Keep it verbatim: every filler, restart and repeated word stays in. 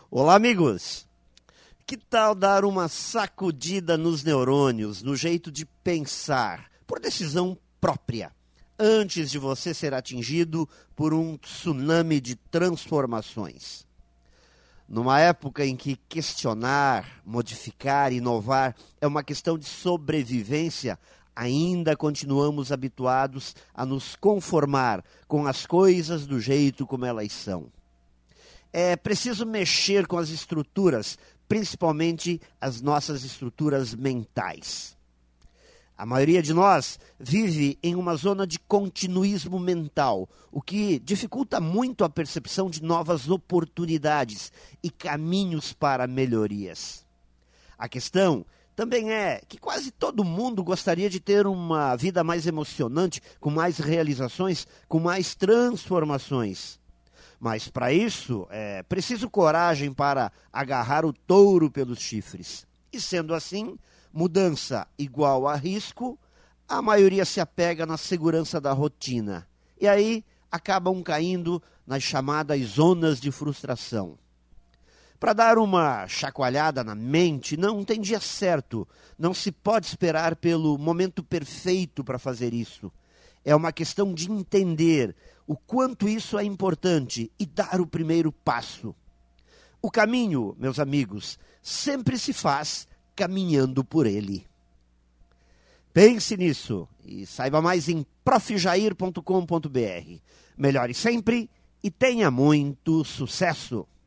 Olá, amigos! Que tal dar uma sacudida nos neurônios, no jeito de pensar, por decisão própria, antes de você ser atingido por um tsunami de transformações? Numa época em que questionar, modificar, inovar é uma questão de sobrevivência, ainda continuamos habituados a nos conformar com as coisas do jeito como elas são. É preciso mexer com as estruturas, principalmente as nossas estruturas mentais. A maioria de nós vive em uma zona de continuismo mental, o que dificulta muito a percepção de novas oportunidades e caminhos para melhorias. A questão também é que quase todo mundo gostaria de ter uma vida mais emocionante, com mais realizações, com mais transformações. Mas para isso é preciso coragem para agarrar o touro pelos chifres. E sendo assim, mudança igual a risco, a maioria se apega na segurança da rotina. E aí acabam caindo nas chamadas zonas de frustração. Para dar uma chacoalhada na mente, não tem dia certo. Não se pode esperar pelo momento perfeito para fazer isso. É uma questão de entender o quanto isso é importante e dar o primeiro passo. O caminho, meus amigos, sempre se faz caminhando por ele. Pense nisso e saiba mais em prof jair ponto com ponto br. Melhore sempre e tenha muito sucesso!